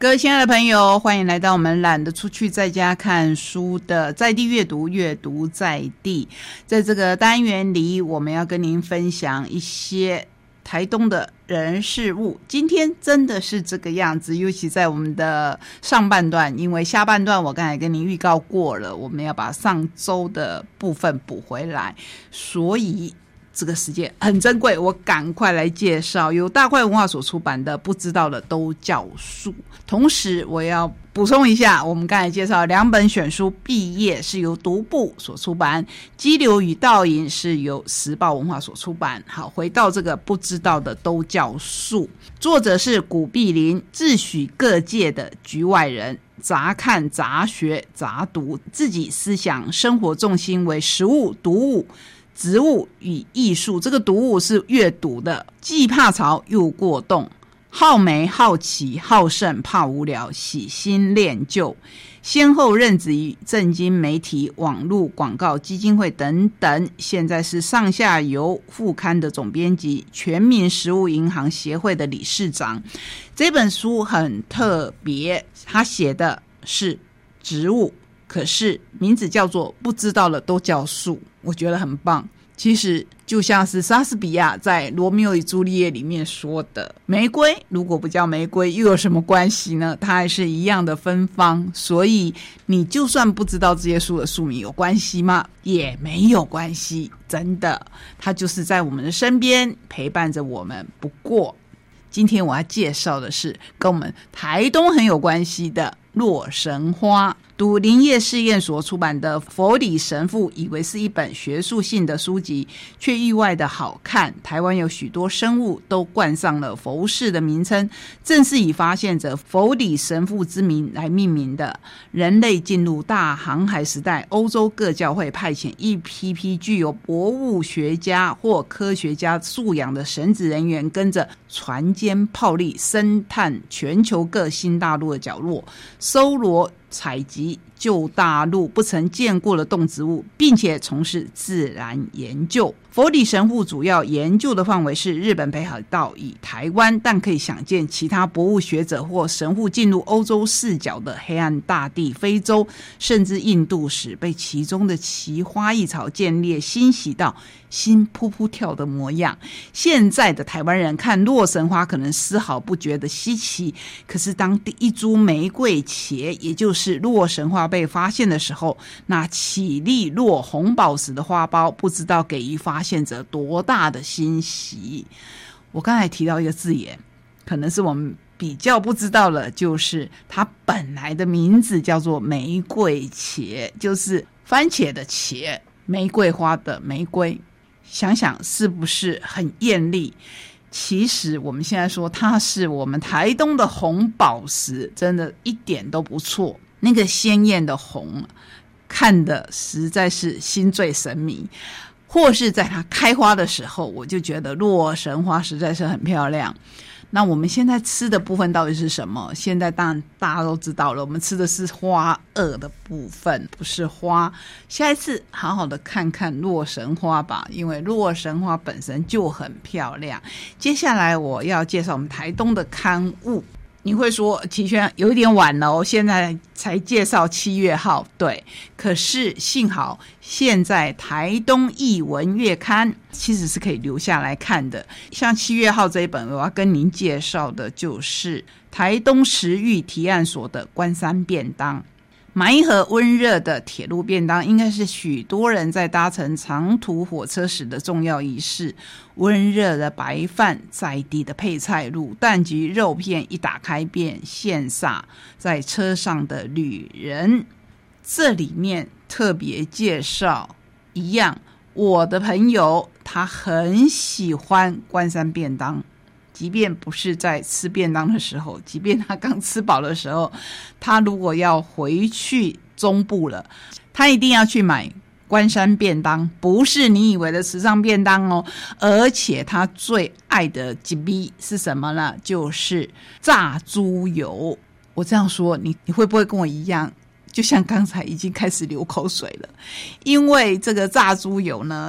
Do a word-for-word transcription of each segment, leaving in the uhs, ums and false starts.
各位亲爱的朋友，欢迎来到我们懒得出去在家看书的在地阅读，阅读在地。在这个单元里，我们要跟您分享一些台东的人事物。今天真的是这个样子，尤其在我们的上半段，因为下半段我刚才跟您预告过了，我们要把上周的部分补回来，所以这个时间很珍贵，我赶快来介绍由大块文化所出版的《不知道的都叫树》。同时我要补充一下，我们刚才介绍两本选书，《毕业》是由读部所出版，《激流与倒影》是由时报文化所出版。好，回到这个不知道的都叫树，作者是古碧林，自诩各界的局外人，杂看杂学杂读，自己思想生活重心为食物、读物、植物与艺术。这个读物是阅读的，既怕潮又过动，好美好奇好胜怕无聊，喜新恋旧，先后任职于政经媒体、网络广告基金会等等，现在是上下游副刊的总编辑，全民食物银行协会的理事长。这本书很特别，他写的是植物，可是名字叫做不知道了都叫树，我觉得很棒。其实就像是莎士比亚在《罗密欧与朱丽叶》里面说的，玫瑰如果不叫玫瑰又有什么关系呢？它还是一样的芬芳。所以你就算不知道这些树的树名有关系吗？也没有关系，真的，它就是在我们的身边陪伴着我们。不过今天我要介绍的是跟我们台东很有关系的洛神花。读林业试验所出版的《佛理神父》，以为是一本学术性的书籍，却意外的好看。台湾有许多生物都冠上了佛氏的名称，正是以发现者佛理神父之名来命名的。人类进入大航海时代，欧洲各教会派遣一批批具有博物学家或科学家素养的神职人员，跟着船坚炮利，深探全球各新大陆的角落，搜罗采集旧大陆不曾见过的动植物，并且从事自然研究。佛理神父主要研究的范围是日本北海道与台湾，但可以想见其他博物学者或神父进入欧洲视角的黑暗大地、非洲甚至印度时，被其中的奇花异草建立欣喜到心扑扑跳的模样。现在的台湾人看洛神花可能丝毫不觉得稀奇，可是当第一株玫瑰茄，也就是洛神花被发现的时候，那绮丽若红宝石的花苞不知道给予发现者多大的欣喜。我刚才提到一个字眼，可能是我们比较不知道了，就是它本来的名字叫做玫瑰茄，就是番茄的茄，玫瑰花的玫瑰。想想是不是很艳丽？其实我们现在说它是我们台东的红宝石，真的一点都不错。那个鲜艳的红，看的实在是心醉神迷。或是在它开花的时候，我就觉得洛神花实在是很漂亮。那我们现在吃的部分到底是什么？现在当然大家都知道了，我们吃的是花萼的部分，不是花。下一次好好的看看洛神花吧，因为洛神花本身就很漂亮。接下来我要介绍我们台东的刊物。你会说齐轩有一点晚了哦，现在才介绍七月号。对，可是幸好现在台东艺文月刊其实是可以留下来看的。像七月号这一本，我要跟您介绍的就是台东食育提案所的关山便当。买一盒温热的铁路便当，应该是许多人在搭乘长途火车时的重要仪式。温热的白饭，在地的配菜，卤蛋及肉片一打开便羡煞在车上的旅人。这里面特别介绍一样，我的朋友他很喜欢关山便当，即便不是在吃便当的时候，即便他刚吃饱的时候，他如果要回去中部了，他一定要去买关山便当，不是你以为的时尚便当哦。而且他最爱的一味是什么呢？就是炸猪油。我这样说，你你会不会跟我一样，就像刚才已经开始流口水了？因为这个炸猪油呢，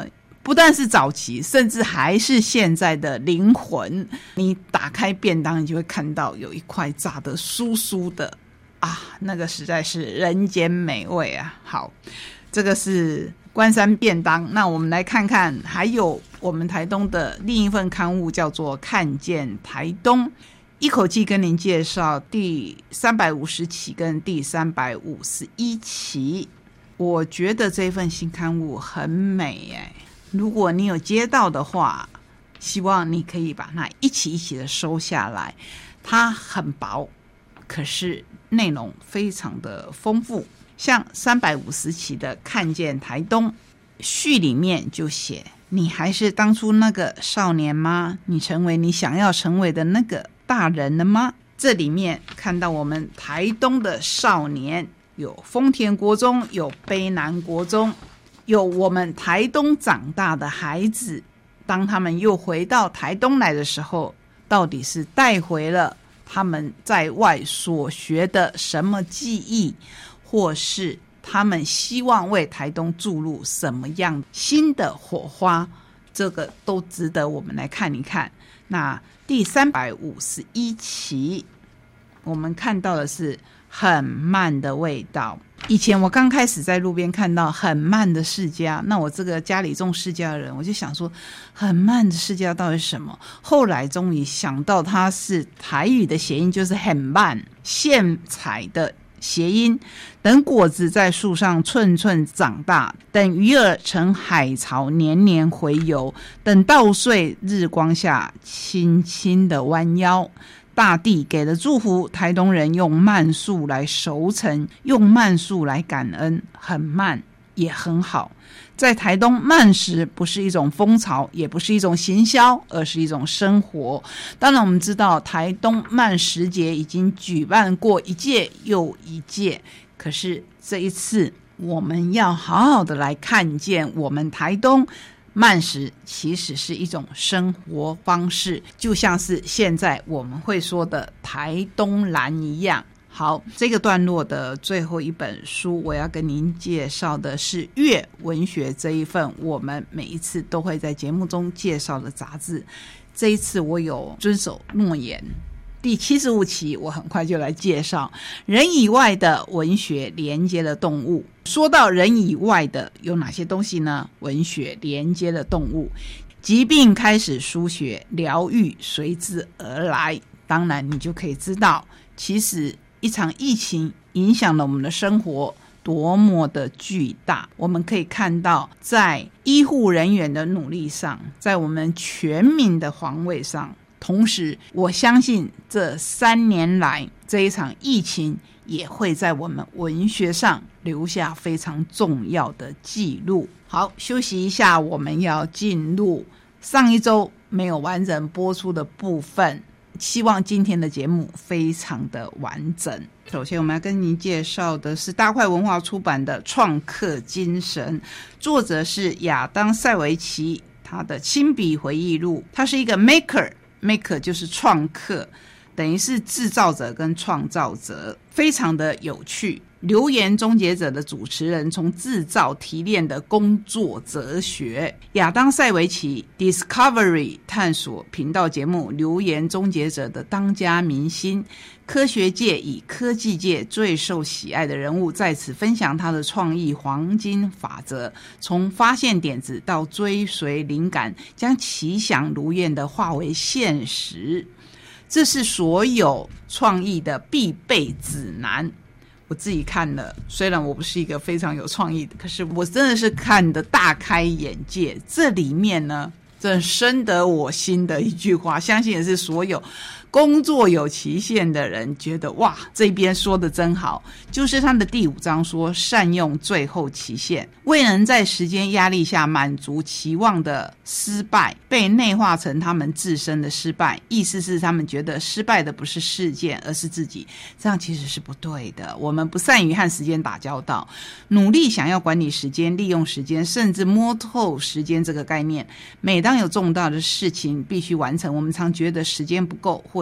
不但是早期，甚至还是现在的灵魂。你打开便当，你就会看到有一块炸得酥酥的啊，那个实在是人间美味啊。好，这个是关山便当。那我们来看看还有我们台东的另一份刊物，叫做看见台东，一口气跟您介绍第三百五十期跟第三百五十一期。我觉得这份新刊物很美耶，如果你有接到的话，希望你可以把它一起一起的收下来。它很薄，可是内容非常的丰富。像三百五十期的看见台东，序里面就写，你还是当初那个少年吗？你成为你想要成为的那个大人了吗？这里面看到我们台东的少年，有丰田国中，有卑南国中，有我们台东长大的孩子，当他们又回到台东来的时候，到底是带回了他们在外所学的什么记忆，或是他们希望为台东注入什么样新的火花，这个都值得我们来看一看。那第三百五十一期我们看到的是很慢的味道。以前我刚开始在路边看到很慢的释迦，那我这个家里种释迦的人，我就想说很慢的释迦到底是什么？后来终于想到它是台语的谐音，就是很慢，现采的谐音。等果子在树上寸寸长大，等鱼儿成海潮年年回游，等稻穗日光下轻轻的弯腰。大地给了祝福，台东人用慢速来熟成，用慢速来感恩，很慢也很好。在台东，慢食不是一种风潮，也不是一种行销，而是一种生活。当然我们知道台东慢食节已经举办过一届又一届，可是这一次我们要好好的来看见我们台东慢食其实是一种生活方式，就像是现在我们会说的台东蓝一样。好，这个段落的最后一本书我要跟您介绍的是乐文学这一份我们每一次都会在节目中介绍的杂志。这一次我有遵守诺言，第七十五期我很快就来介绍人以外的文学连接的动物。说到人以外的有哪些东西呢？文学连接的动物，疾病开始书写，疗愈随之而来。当然你就可以知道，其实一场疫情影响了我们的生活多么的巨大。我们可以看到在医护人员的努力上，在我们全民的防卫上，同时我相信这三年来这一场疫情也会在我们文学上留下非常重要的记录。好，休息一下，我们要进入上一周没有完整播出的部分，希望今天的节目非常的完整。首先我们要跟您介绍的是大块文化出版的《创客精神》，作者是亚当·塞维奇，他的亲笔回忆录。他是一个 maker， maker 就是创客，等于是制造者跟创造者，非常的有趣。流言终结者的主持人从制造提炼的工作哲学，亚当·塞维奇 Discovery 探索频道节目流言终结者的当家明星，科学界与科技界最受喜爱的人物，在此分享他的创意黄金法则，从发现点子到追随灵感，将奇想如愿的化为现实。这是所有创意的必备指南。我自己看了，虽然我不是一个非常有创意的，可是我真的是看得大开眼界。这里面呢，真深得我心的一句话，相信也是所有工作有期限的人觉得哇，这边说的真好。就是他的第五章说，善用最后期限，未能在时间压力下满足期望的失败，被内化成他们自身的失败。意思是他们觉得失败的不是事件，而是自己。这样其实是不对的。我们不善于和时间打交道，努力想要管理时间、利用时间，甚至摸透时间这个概念。每当有重大的事情必须完成，我们常觉得时间不够，或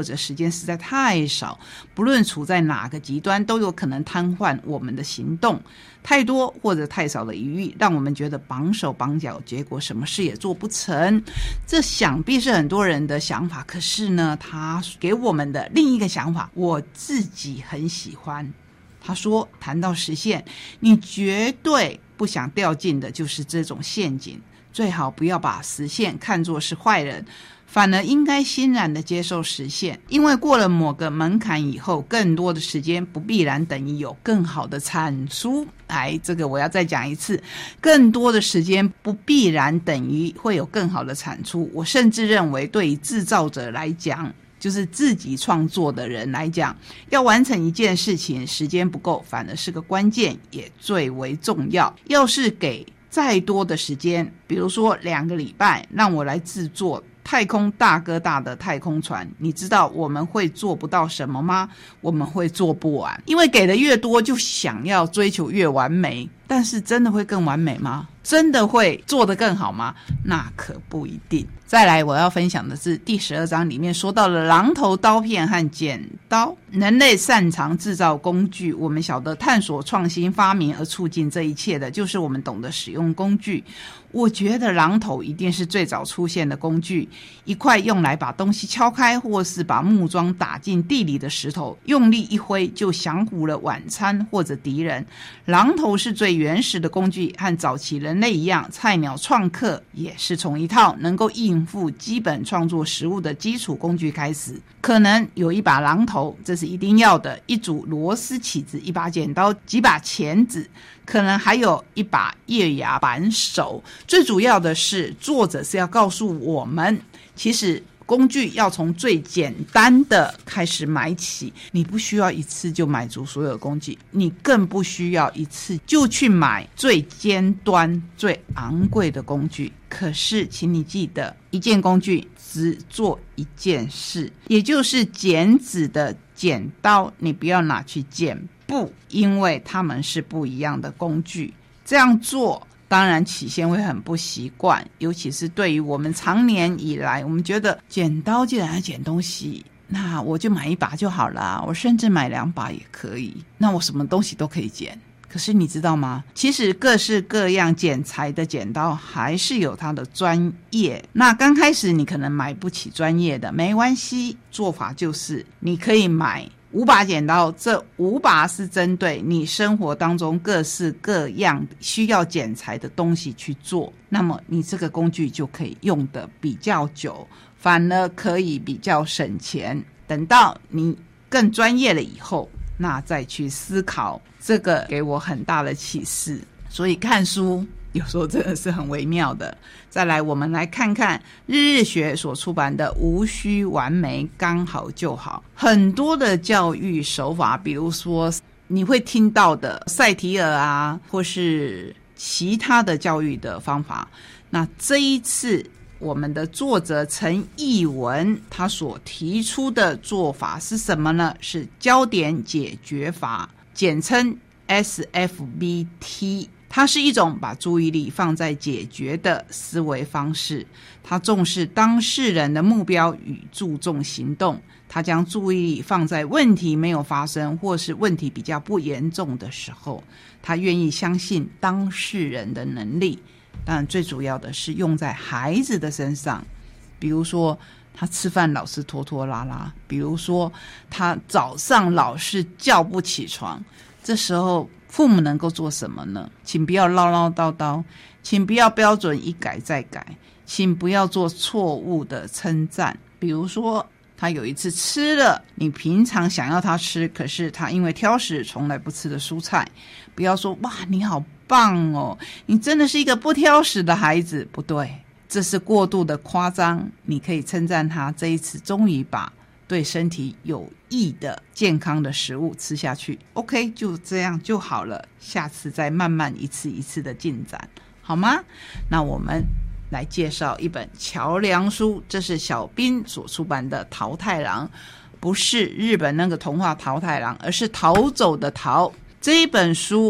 或者时间实在太少，不论处在哪个极端都有可能瘫痪我们的行动。太多或者太少的余裕让我们觉得绑手绑脚，结果什么事也做不成。这想必是很多人的想法，可是呢，他给我们的另一个想法我自己很喜欢。他说，谈到实现，你绝对不想掉进的就是这种陷阱，最好不要把实现看作是坏人，反而应该欣然的接受实现，因为过了某个门槛以后，更多的时间不必然等于有更好的产出。哎，这个我要再讲一次，更多的时间不必然等于会有更好的产出。我甚至认为，对于制造者来讲，就是自己创作的人来讲，要完成一件事情，时间不够，反而是个关键，也最为重要。要是给再多的时间，比如说两个礼拜，让我来制作太空大哥大的太空船，你知道我们会做不到什么吗？我们会做不完，因为给的越多就想要追求越完美，但是真的会更完美吗？真的会做得更好吗？那可不一定。再来我要分享的是第十二章里面说到了榔头、刀片和剪刀。人类擅长制造工具，我们晓得探索创新发明而促进这一切的就是我们懂得使用工具。我觉得榔头一定是最早出现的工具，一块用来把东西敲开或是把木桩打进地里的石头，用力一挥就降服了晚餐或者敌人。榔头是最原始的工具，和早期人类一样，菜鸟创客也是从一套能够应付基本创作食物的基础工具开始。可能有一把榔头，这是一定要的，一组螺丝起子，一把剪刀，几把钳子，可能还有一把月牙扳手。最主要的是，作者是要告诉我们，其实工具要从最简单的开始买起，你不需要一次就买足所有工具，你更不需要一次就去买最尖端最昂贵的工具。可是请你记得，一件工具只做一件事，也就是剪纸的剪刀，你不要拿去剪布，因为它们是不一样的工具。这样做当然起先会很不习惯，尤其是对于我们长年以来，我们觉得剪刀既然要剪东西，那我就买一把就好了，我甚至买两把也可以，那我什么东西都可以剪。可是你知道吗？其实各式各样剪裁的剪刀还是有它的专业。那刚开始你可能买不起专业的，没关系，做法就是你可以买五把剪刀，这五把是针对你生活当中各式各样需要剪裁的东西去做，那么你这个工具就可以用得比较久，反而可以比较省钱。等到你更专业了以后，那再去思考，这个给我很大的启示。所以看书有时候真的是很微妙的。再来我们来看看日日学所出版的无需完美，刚好就好。很多的教育手法，比如说你会听到的赛提尔啊，或是其他的教育的方法，那这一次我们的作者陈艺文他所提出的做法是什么呢？是焦点解决法，简称 S F B T。 它是一种把注意力放在解决的思维方式，它重视当事人的目标与注重行动，它将注意力放在问题没有发生或是问题比较不严重的时候，他愿意相信当事人的能力。当然最主要的是用在孩子的身上，比如说他吃饭老是拖拖拉拉，比如说他早上老是叫不起床，这时候父母能够做什么呢？请不要唠唠叨叨，请不要标准一改再改，请不要做错误的称赞。比如说他有一次吃了你平常想要他吃，可是他因为挑食从来不吃的蔬菜，不要说哇你好棒哦，你真的是一个不挑食的孩子，不对，这是过度的夸张。你可以称赞他这一次终于把对身体有益的健康的食物吃下去， OK， 就这样就好了，下次再慢慢一次一次的进展，好吗？那我们来介绍一本桥梁书，这是小斌所出版的《桃太郎》，不是日本那个童话桃太郎，而是逃走的逃。这一本书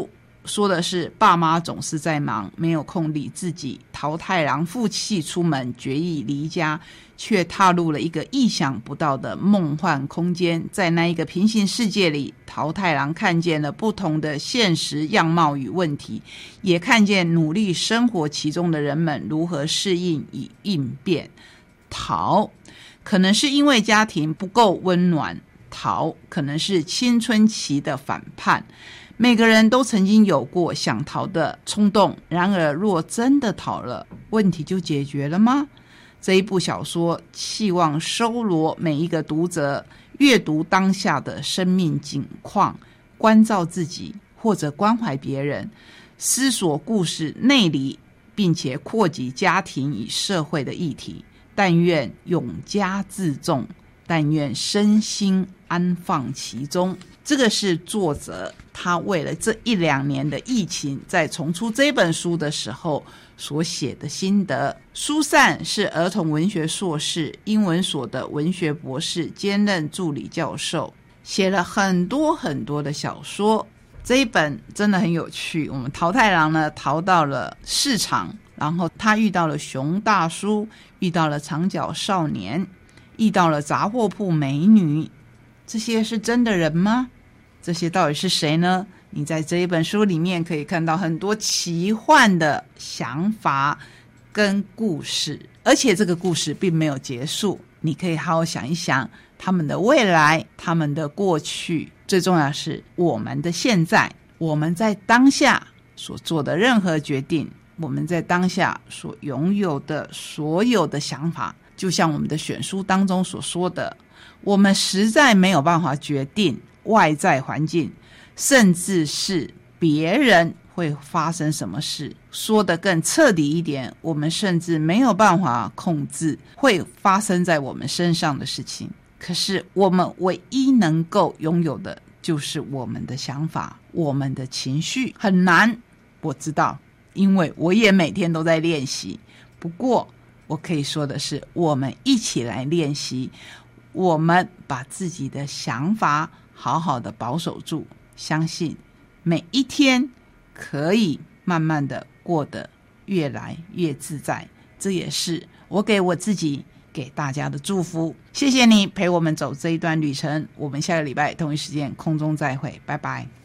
说的是爸妈总是在忙，没有空理自己。桃太郎负气出门，决意离家，却踏入了一个意想不到的梦幻空间。在那一个平行世界里，桃太郎看见了不同的现实样貌与问题，也看见努力生活其中的人们如何适应与应变。桃可能是因为家庭不够温暖，桃可能是青春期的反叛。每个人都曾经有过想逃的冲动，然而若真的逃了，问题就解决了吗？这一部小说期望收罗每一个读者阅读当下的生命景况，关照自己或者关怀别人，思索故事内里，并且扩及家庭与社会的议题。但愿永嘉自重，但愿身心安放其中。这个是作者他为了这一两年的疫情，在重出这本书的时候所写的心得。苏珊是儿童文学硕士，英文所的文学博士，兼任助理教授，写了很多很多的小说。这一本真的很有趣。我们桃太郎呢逃到了市场，然后他遇到了熊大叔，遇到了长脚少年，遇到了杂货铺美女。这些是真的人吗？这些到底是谁呢？你在这一本书里面可以看到很多奇幻的想法跟故事，而且这个故事并没有结束，你可以好好想一想他们的未来，他们的过去，最重要的是我们的现在。我们在当下所做的任何决定，我们在当下所拥有的所有的想法，就像我们的选书当中所说的，我们实在没有办法决定外在环境，甚至是别人会发生什么事。说得更彻底一点，我们甚至没有办法控制会发生在我们身上的事情。可是我们唯一能够拥有的就是我们的想法，我们的情绪。很难，我知道，因为我也每天都在练习。不过我可以说的是，我们一起来练习，我们把自己的想法好好的保守住，相信每一天可以慢慢的过得越来越自在。这也是我给我自己给大家的祝福。谢谢你陪我们走这一段旅程，我们下个礼拜同一时间空中再会，拜拜。